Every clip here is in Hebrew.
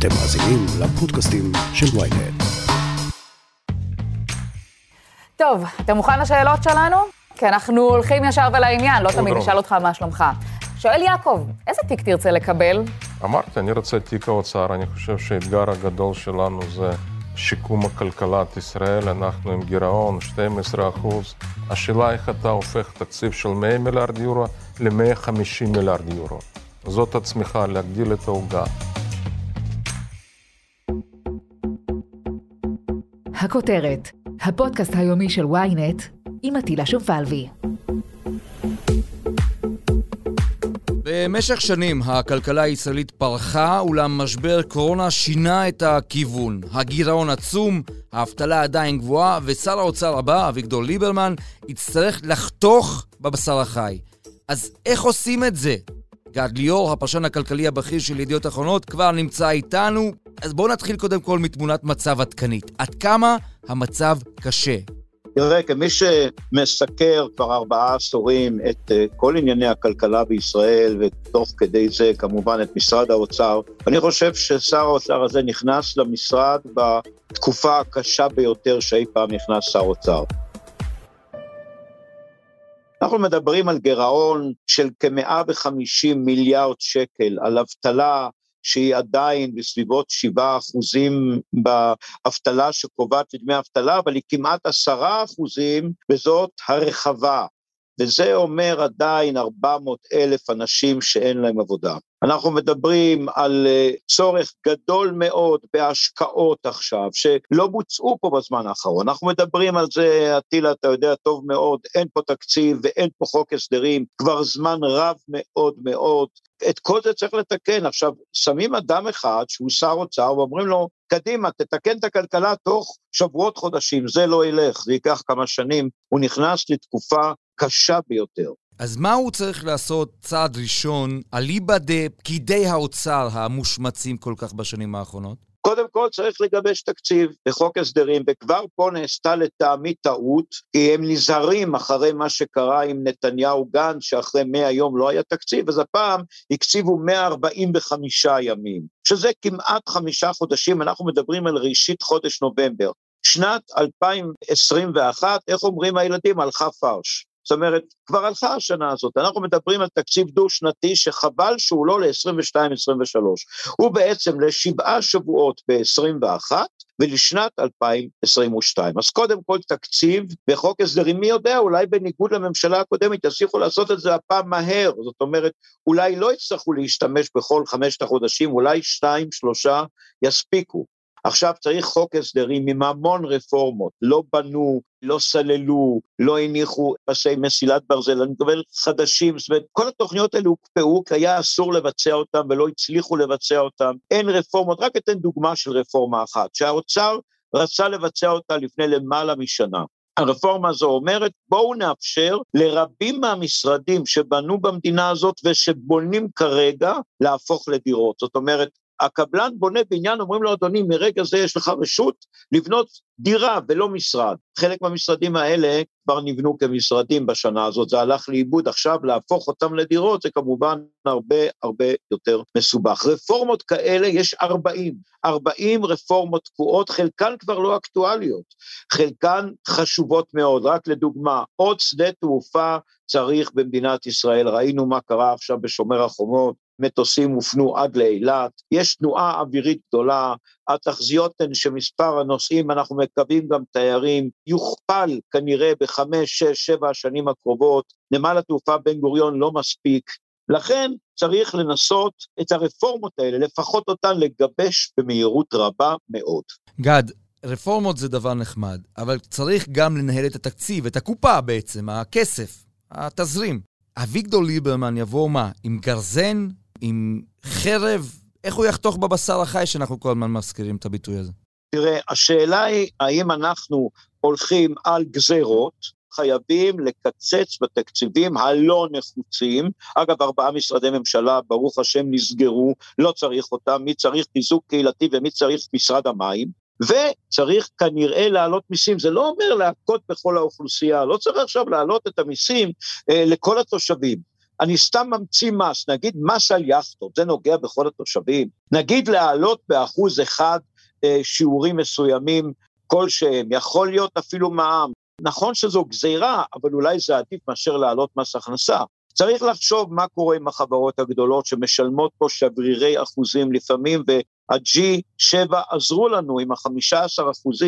אתם מאזינים לפודקאסטים של ynet. טוב, אתה מוכן לשאלות שלנו? כי אנחנו הולכים ישר ולעניין, לא תמיד נשאל אותך מה שלומך. שואל יעקב, איזה תיק תרצה לקבל? אמרתי, אני רוצה תיק האוצר. אני חושב שהאתגר הגדול שלנו זה שיקום הכלכלת ישראל. אנחנו עם גירעון 12%. השאלה איך אתה הופך תקציב של 100 מיליארד יורו ל-150 מיליארד יורו. זאת הצמיחה, להגדיל את העוגה. הכותרת, הפודקאסט היומי של ynet עם עטילה שומפלבי. במשך שנים הכלכלה הישראלית פרחה, אולם משבר קורונה שינה את הכיוון. הגירעון עצום, האבטלה עדיין גבוהה, ושר האוצר הבא, אביגדור ליברמן, יצטרך לחתוך בבשר החי. אז איך עושים את זה? גד ליאור, הפרשן הכלכלי הבכיר של ידיעות אחרונות, כבר נמצא איתנו. אז בואו נתחיל קודם כל מתמונת מצב עדכנית. עד כמה המצב קשה? תראה, כמי שמסקר כבר 4 עשורים את כל ענייני הכלכלה בישראל, ותוך כדי זה כמובן את משרד האוצר, אני חושב ששר האוצר הזה נכנס למשרד בתקופה הקשה ביותר שאי פעם נכנס שר אוצר. אנחנו מדברים על גירעון של כ-150 מיליארד שקל, על אבטלה שהיא עדיין בסביבות 7% באבטלה שקובעת לדמי אבטלה, אבל היא כמעט 10% בזאת הרחבה, וזה אומר עדיין 400,000 אנשים שאין להם עבודה. אנחנו מדברים על צורך גדול מאוד בהשקעות עכשיו, שלא בוצעו פה בזמן האחרון. אנחנו מדברים על זה, עטילה, אתה יודע טוב מאוד, אין פה תקציב ואין פה חוק הסדרים, כבר זמן רב מאוד מאוד. את כל זה צריך לתקן. עכשיו, שמים אדם אחד שהוא שר אוצר, ואומרים לו, קדימה, תתקן את הכלכלה תוך שבועות חודשים, זה לא ילך, זה ייקח כמה שנים. הוא נכנס לתקופה קשה ביותר. אז מה הוא צריך לעשות צעד ראשון, אליבא דפקידי האוצר המושמצים כל כך בשנים האחרונות? קודם כל צריך לגבש תקציב בחוק הסדרים, וכבר פה נעשתה לטעמי טעות, כי הם נזהרים אחרי מה שקרה עם נתניהו גנץ, שאחרי 100 יום לא היה תקציב, אז הפעם הקציבו 145 ימים, שזה כמעט 5 חודשים, אנחנו מדברים על ראשית חודש נובמבר. שנת 2021, איך אומרים הילדים? הלכה פרש. זאת אומרת, כבר הלכה השנה הזאת, אנחנו מדברים על תקציב דו-שנתי שחבל שהוא לא ל-22-23, הוא בעצם ל7 שבועות ב-21 ולשנת 2022. אז קודם כל תקציב בחוק הסדרים, מי יודע, אולי בניגוד לממשלה הקודמת יצליחו לעשות את זה הפעם מהר, זאת אומרת, אולי לא יצטרכו להשתמש בכל 5 החודשים, אולי 2-3 יספיקו. עכשיו צריך חוק הסדרים עם המון רפורמות, לא בנו, לא סללו, לא הניחו פסי מסילת ברזל, אני מקבל חדשים, זאת אומרת, כל התוכניות האלה הוקפאו, כי היה אסור לבצע אותם ולא הצליחו לבצע אותם, אין רפורמות, רק אתן דוגמה של רפורמה אחת, שהאוצר רצה לבצע אותה לפני למעלה משנה. הרפורמה הזו אומרת, בואו נאפשר לרבים מהמשרדים שבנו במדינה הזאת ושבונים כרגע להפוך לדירות, זאת אומרת, הקבלן בונה בניין, אומרים לו, אדוני, מרגע זה יש לך רשות לבנות דירה ולא משרד. חלק מהמשרדים האלה כבר נבנו כמשרדים בשנה הזאת, זה הלך לאיבוד, עכשיו להפוך אותם לדירות, זה כמובן הרבה יותר מסובך. רפורמות כאלה יש 40 רפורמות תקועות, חלקן כבר לא אקטואליות, חלקן חשובות מאוד, רק לדוגמה, עוד שדה תעופה צריך במדינת ישראל, ראינו מה קרה עכשיו בשומר החומות, מטוסים הופנו עד לאילת, יש תנועה אווירית גדולה, התחזיות הן שמספר הנוסעים, אנחנו מקווים גם תיירים, יוכפל כנראה ב5, 6, 7 השנים הקרובות, נמל התעופה בן גוריון לא מספיק, לכן צריך לנסות את הרפורמות האלה, לפחות אותן לגבש במהירות רבה מאוד. גד, רפורמות זה דבר נחמד, אבל צריך גם לנהל את התקציב, את הקופה בעצם, הכסף, התזרים. אביגדור ליברמן יבוא מה? עם גרזן? עם חרב? איך הוא יחתוך בבשר החי שאנחנו כל הזמן מזכירים את הביטוי הזה? תראה, השאלה היא, האם אנחנו הולכים על גזרות, חייבים לקצץ בתקציבים הלא נחוצים, אגב 4 משרדי ממשלה, ברוך השם נסגרו, לא צריך אותם, מי צריך חיזוק קהילתי ומי צריך משרד המים, וצריך כנראה להעלות מיסים, זה לא אומר להכות בכל האוכלוסייה, לא צריך עכשיו להעלות את המיסים לכל התושבים, אני סתם ממציא מס, נגיד מס על יאכטות, זה נוגע בכל התושבים, נגיד להעלות ב1% שיעורים מסוימים כלשהם, יכול להיות אפילו מע"מ, נכון שזו גזירה, אבל אולי זה עדיף מאשר להעלות מס הכנסה, צריך לחשוב מה קורה עם החברות הגדולות שמשלמות פה שברירי אחוזים לפעמים, וה-G7 עזרו לנו עם ה15%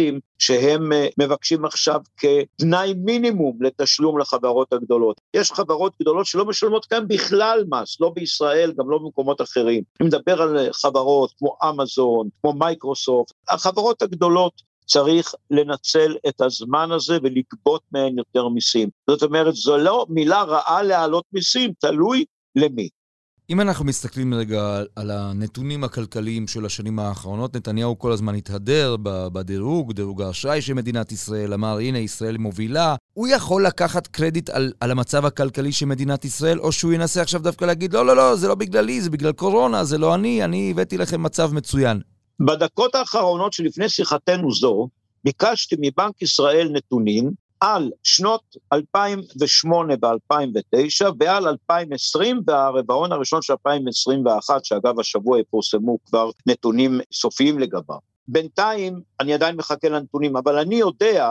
שהם מבקשים עכשיו כתנאי מינימום לתשלום לחברות הגדולות. יש חברות גדולות שלא משלמות כאן בכלל מס, לא בישראל, גם לא במקומות אחרים. אני מדבר על חברות כמו אמזון, כמו מייקרוסופט, החברות הגדולות צריך לנצל את הזמן הזה ולגבות מהן יותר מיסים. זאת אומרת, זו לא מילה רעה להעלות מיסים, תלוי למי. אם אנחנו מסתכלים רגע על הנתונים הכלכליים של השנים האחרונות, נתניהו כל הזמן התהדר בדירוג, דירוג האשראי של מדינת ישראל, אמר, הנה ישראל מובילה, הוא יכול לקחת קרדיט על המצב הכלכלי של מדינת ישראל, או שהוא ינסה עכשיו דווקא להגיד, לא, זה לא בגללי, זה בגלל קורונה, זה לא אני הבאתי לכם מצב מצוין. בדקות האחרונות שלפני שיחתנו זו, ביקשתי מבנק ישראל נתונים על שנות 2008 ו-2009 ועל 2020 והרבעון הראשון של 2021, שאגב השבוע פורסמו כבר נתונים סופיים לגביו. בינתיים אני עדיין מחכה לנתונים, אבל אני יודע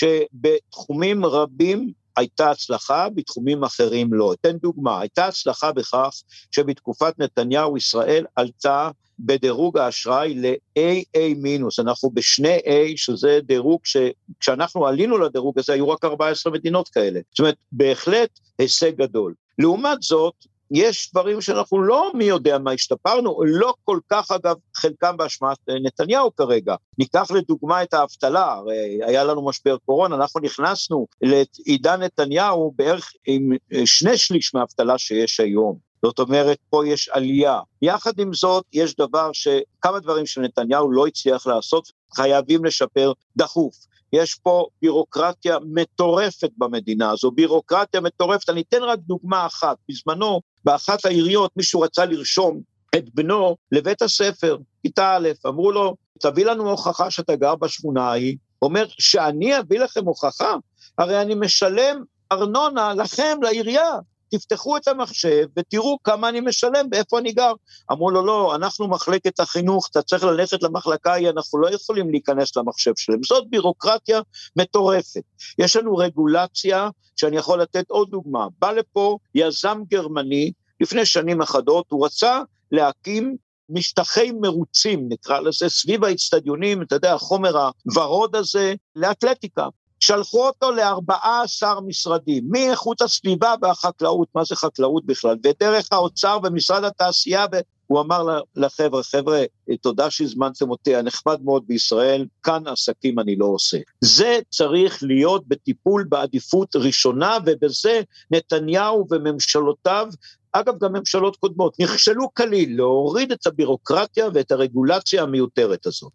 שבתחומים רבים הייתה הצלחה, בתחומים אחרים לא. אתן דוגמה, הייתה הצלחה בכך שבתקופת נתניהו ישראל עלתה בדירוג האשראי ל-AA-, אנחנו בשני A, שזה דירוג שכשאנחנו עלינו לדירוג הזה, היו רק 14 מדינות כאלה. זאת אומרת, בהחלט הישג גדול. לעומת זאת, יש דברים שאנחנו לא מי יודע מה השתפרנו, לא כל כך אגב חלקם באשמת נתניהו כרגע. ניקח לדוגמה את האבטלה, הרי היה לנו משבר קורונה, אנחנו נכנסנו לעידן נתניהו בערך עם 2/3 מהאבטלה שיש היום. זאת אומרת, פה יש עלייה. יחד עם זאת, יש כמה דברים שנתניהו לא הצליח לעשות, חייבים לשפר דחוף. יש פה בירוקרטיה מטורפת במדינה הזו, בירוקרטיה מטורפת, אני אתן רק דוגמה אחת, בזמנו, באחת העיריות, מישהו רצה לרשום את בנו לבית הספר, כיתה א', אמרו לו, תביא לנו הוכחה שאתה גר בשכונה ההיא, אומר, שאני אביא לכם הוכחה, הרי אני משלם ארנונה לכם, לעירייה, תפתחו את המחשב ותראו כמה אני משלם ואיפה אני גר. אמרו לו, לא, אנחנו מחלקת החינוך, אתה צריך ללכת למחלקה, אנחנו לא יכולים להיכנס למחשב שלהם. זאת בירוקרטיה מטורפת. יש לנו רגולציה, שאני יכול לתת עוד דוגמה, בא לפה יזם גרמני, לפני שנים אחדות, הוא רצה להקים משטחי מרוצים, נקרא לזה, סביב האצטדיונים, אתה יודע, החומר הוורוד הזה, לאתלטיקה. שלחו אותו ל14 משרדים, מאיכות הסביבה והחקלאות, מה זה חקלאות בכלל, ודרך האוצר ומשרד התעשייה, הוא אמר לחבר'ה, חבר'ה, תודה שהזמנתם אותי, הנחמד מאוד בישראל, כאן עסקים אני לא עושה. זה צריך להיות בטיפול בעדיפות ראשונה, ובזה נתניהו וממשלותיו, אגב גם ממשלות קודמות, נכשלו כליל להוריד את הבירוקרטיה ואת הרגולציה המיותרת הזאת.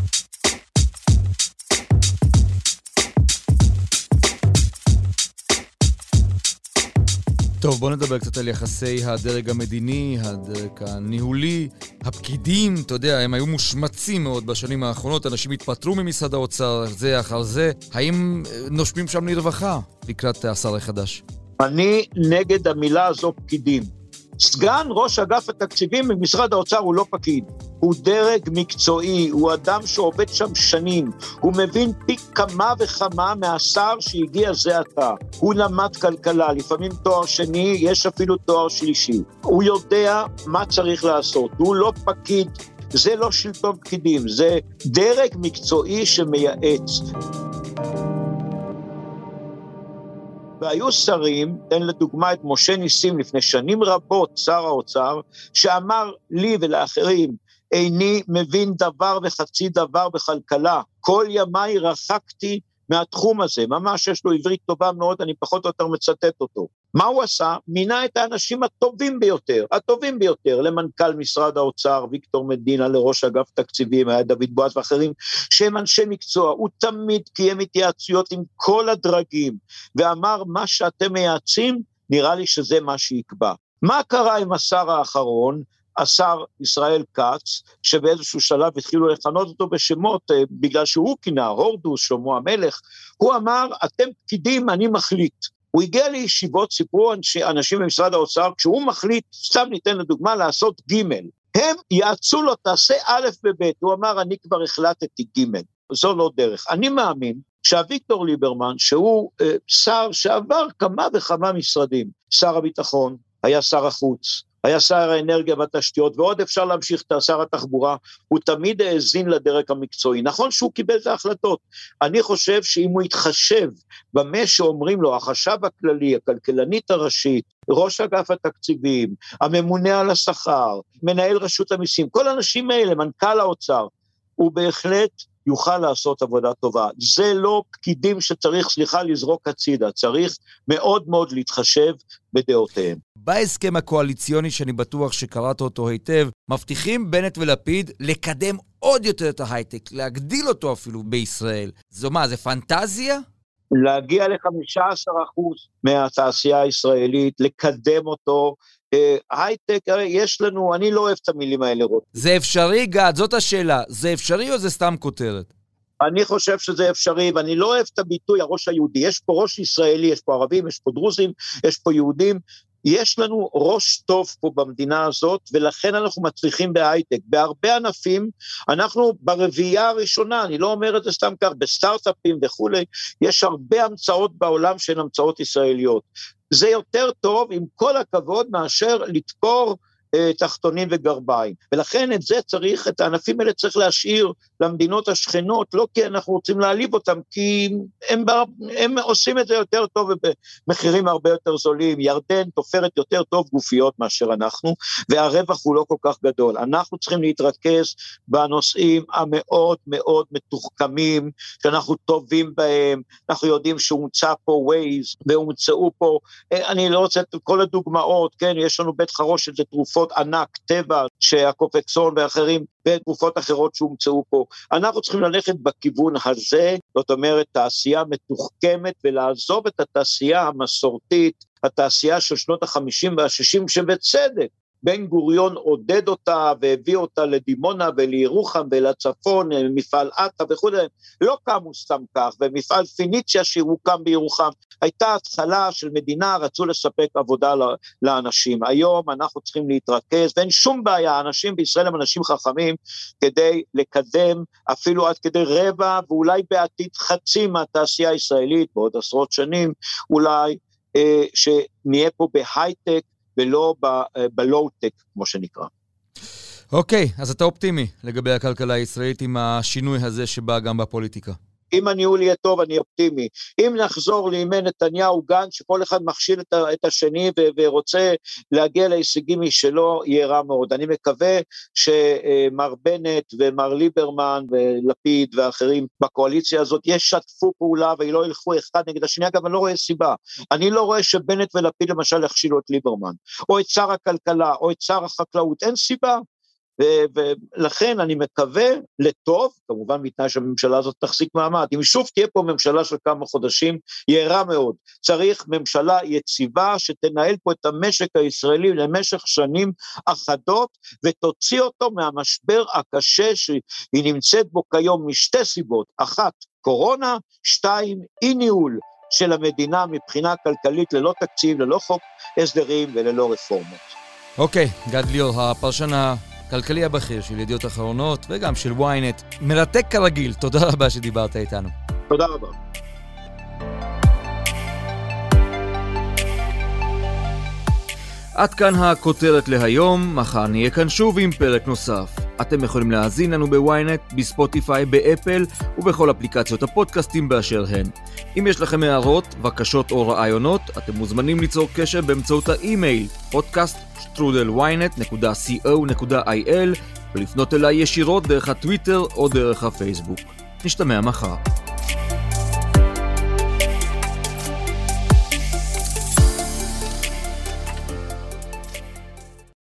טוב, בואו נדבר קצת על יחסי הדרג המדיני, הדרג הניהולי, הפקידים, אתה יודע, הם היו מושמצים מאוד בשנים האחרונות, אנשים התפטרו ממשרד האוצר, זה אחר זה, האם נושמים שם לרווחה לקראת השר החדש? אני נגד המילה הזו פקידים. סגן ראש אגף התקציבים במשרד האוצר הוא לא פקיד, הוא דרג מקצועי, הוא אדם שעובד שם שנים, הוא מבין פי כמה וכמה מהשר שהגיע זה עתה, הוא למד כלכלה, לפעמים תואר שני, יש אפילו תואר שלישי, הוא יודע מה צריך לעשות, הוא לא פקיד, זה לא שלטון פקידים, זה דרג מקצועי שמייעץ. והיו שרים, תן לדוגמה את משה ניסים לפני שנים רבות, שר האוצר, שאמר לי ולאחרים, איני מבין דבר וחצי דבר בכלכלה, כל ימיי רחקתי מהתחום הזה, ממש יש לו עברית טובה מאוד, אני פחות או יותר מצטט אותו. מה הוא עשה? מינה את האנשים הטובים ביותר, למנכ"ל משרד האוצר, ויקטור מדינה, לראש אגף תקציבים, היה דוד בועז ואחרים, שהם אנשי מקצוע, הוא תמיד קיים התייעצויות עם כל הדרגים, ואמר מה שאתם מייעצים, נראה לי שזה מה שיקבע. מה קרה עם השר האחרון? השר ישראל כץ, שבאיזשהו שלב התחילו לכנות אותו בשמות, בגלל שהוא כינה, הורדוס, שלמה המלך, הוא אמר, אתם פקידים, אני מחליט. הוא הגיע לישיבות, סיפרו אנשים במשרד האוצר, כשהוא מחליט, סתם ניתן לדוגמה, לעשות ג', הם יעצו לו, תעשה א' וב', הוא אמר, אני כבר החלטתי ג', זו לא דרך. אני מאמין שאביגדור ליברמן, שהוא שר שעבר כמה וכמה משרדים, שר הביטחון, היה שר החוץ, היה שר האנרגיה והתשתיות, ועוד אפשר להמשיך את שר התחבורה, הוא תמיד האזין לדרג המקצועי. נכון שהוא קיבל את ההחלטות. אני חושב שאם הוא יתחשב במה שאומרים לו, החשב הכללי, הכלכלנית הראשית, ראש אגף התקציבים, הממונה על השכר, מנהל רשות המיסים, כל האנשים האלה, מנכ"ל האוצר, הוא בהחלט יוכל לעשות עבודה טובה. זה לא פקידים שצריך, לזרוק הצידה, צריך מאוד מאוד להתחשב בדעותיהם. בהסכם הקואליציוני, שאני בטוח שקראת אותו היטב, מבטיחים בנט ולפיד לקדם עוד יותר את ההייטק, להגדיל אותו אפילו בישראל. זו מה, זה פנטזיה? להגיע ל-15% מהתעשייה הישראלית, לקדם אותו, הייטק, יש לנו, אני לא אוהב את המילים האלה. זה אפשרי, גד? זאת השאלה. זה אפשרי או זה סתם כותרת? אני חושב שזה אפשרי, ואני לא אוהב את הביטוי הראש היהודי. יש פה ראש ישראלי, יש פה ערבים, יש פה דרוזים, יש פה יהודים. יש לנו ראש טוב פה במדינה הזאת, ולכן אנחנו מצליחים בהייטק. בהרבה ענפים, אנחנו ברביעייה הראשונה, אני לא אומר את זה סתם כך, בסטארט-אפים וכו', יש הרבה המצאות בעולם שהן המצאות ישראליות. זה יותר טוב, עם כל הכבוד, מאשר לתפור תחתונים וגרביים. ולכן את זה צריך, את הענפים האלה צריך להשאיר למדינות השכנות, לא כי אנחנו רוצים להעליב אותם, כי הם עושים את זה יותר טוב ובמחירים הרבה יותר זולים. ירדן תופרת יותר טוב גופיות מאשר אנחנו, והרווח הוא לא כל כך גדול. אנחנו צריכים להתרכז בנושאים המאוד מאוד מתוחכמים, שאנחנו טובים בהם, אנחנו יודעים שהומצא פה ווייז, והומצאו פה, אני לא רוצה את כל הדוגמאות, כן, יש לנו בית חרושת, זה תרופות ענק, טבע, שהקופקסון ואחרים, ותרופות אחרות שהומצאו פה. אנחנו צריכים ללכת בכיוון הזה, זאת אומרת, תעשייה מתוחכמת, ולעזוב את התעשייה המסורתית, התעשייה של שנות ה-50 וה-60, שבצדק, בן גוריון עודד אותה, והביא אותה לדימונה ולירוחם ולצפון, מפעל עטה וכו', לא קמו סתם כך, ומפעל פיניציה שהוקם בירוחם, הייתה התחלה של מדינה, רצו לספק עבודה לאנשים. היום אנחנו צריכים להתרכז, ואין שום בעיה, אנשים בישראל הם אנשים חכמים, כדי לקדם אפילו עד כדי רבע, ואולי בעתיד חצי מהתעשייה הישראלית, בעוד עשרות שנים, אולי שנהיה פה בהייטק, ולא בלואו-טק, כמו שנקרא. אוקיי, אז אתה אופטימי לגבי הכלכלה הישראלית עם השינוי הזה שבא גם בפוליטיקה. אם הניהול יהיה טוב, אני אופטימי. אם נחזור לימי נתניהו גנץ, שכל אחד מכשיל את השני ורוצה להגיע להישגים משלו, יהיה רע מאוד. אני מקווה שמר בנט ומר ליברמן ולפיד ואחרים בקואליציה הזאת ישתפו פעולה ולא ילכו אחד נגד השני. אגב, אני לא רואה סיבה. אני לא רואה שבנט ולפיד למשל יכשילו את ליברמן, או את שר הכלכלה, או את שר החקלאות. אין סיבה. ולכן אני מקווה לטוב, כמובן מתנאי שהממשלה הזאת תחזיק מעמד. אם שוב תהיה פה ממשלה של כמה חודשים, יהיה רע מאוד. צריך ממשלה יציבה שתנהל פה את המשק הישראלי למשך שנים אחדות, ותוציא אותו מהמשבר הקשה שהיא נמצאת בו כיום משתי סיבות. אחת, קורונה, שתיים, אי ניהול של המדינה מבחינה כלכלית ללא תקציב, ללא חוק הסדרים וללא רפורמות. אוקיי, גד ליאור, הפרשן הכלכלי הבכיר של ידיעות אחרונות וגם של ynet. מרתק כרגיל, תודה רבה שדיברת איתנו. תודה רבה. עד כאן הכותרת להיום, מחר נהיה כאן שוב עם פרק נוסף. אתם יכולים להאזין לנו בוויינט, בספוטיפיי, באפל ובכל אפליקציות הפודקאסטים באשר הן. אם יש לכם הערות, בקשות או רעיונות, אתם מוזמנים ליצור קשר באמצעות האימייל podcast@ynet.co.il ולפנות אליי ישירות דרך הטוויטר או דרך הפייסבוק. נשתמע מחר.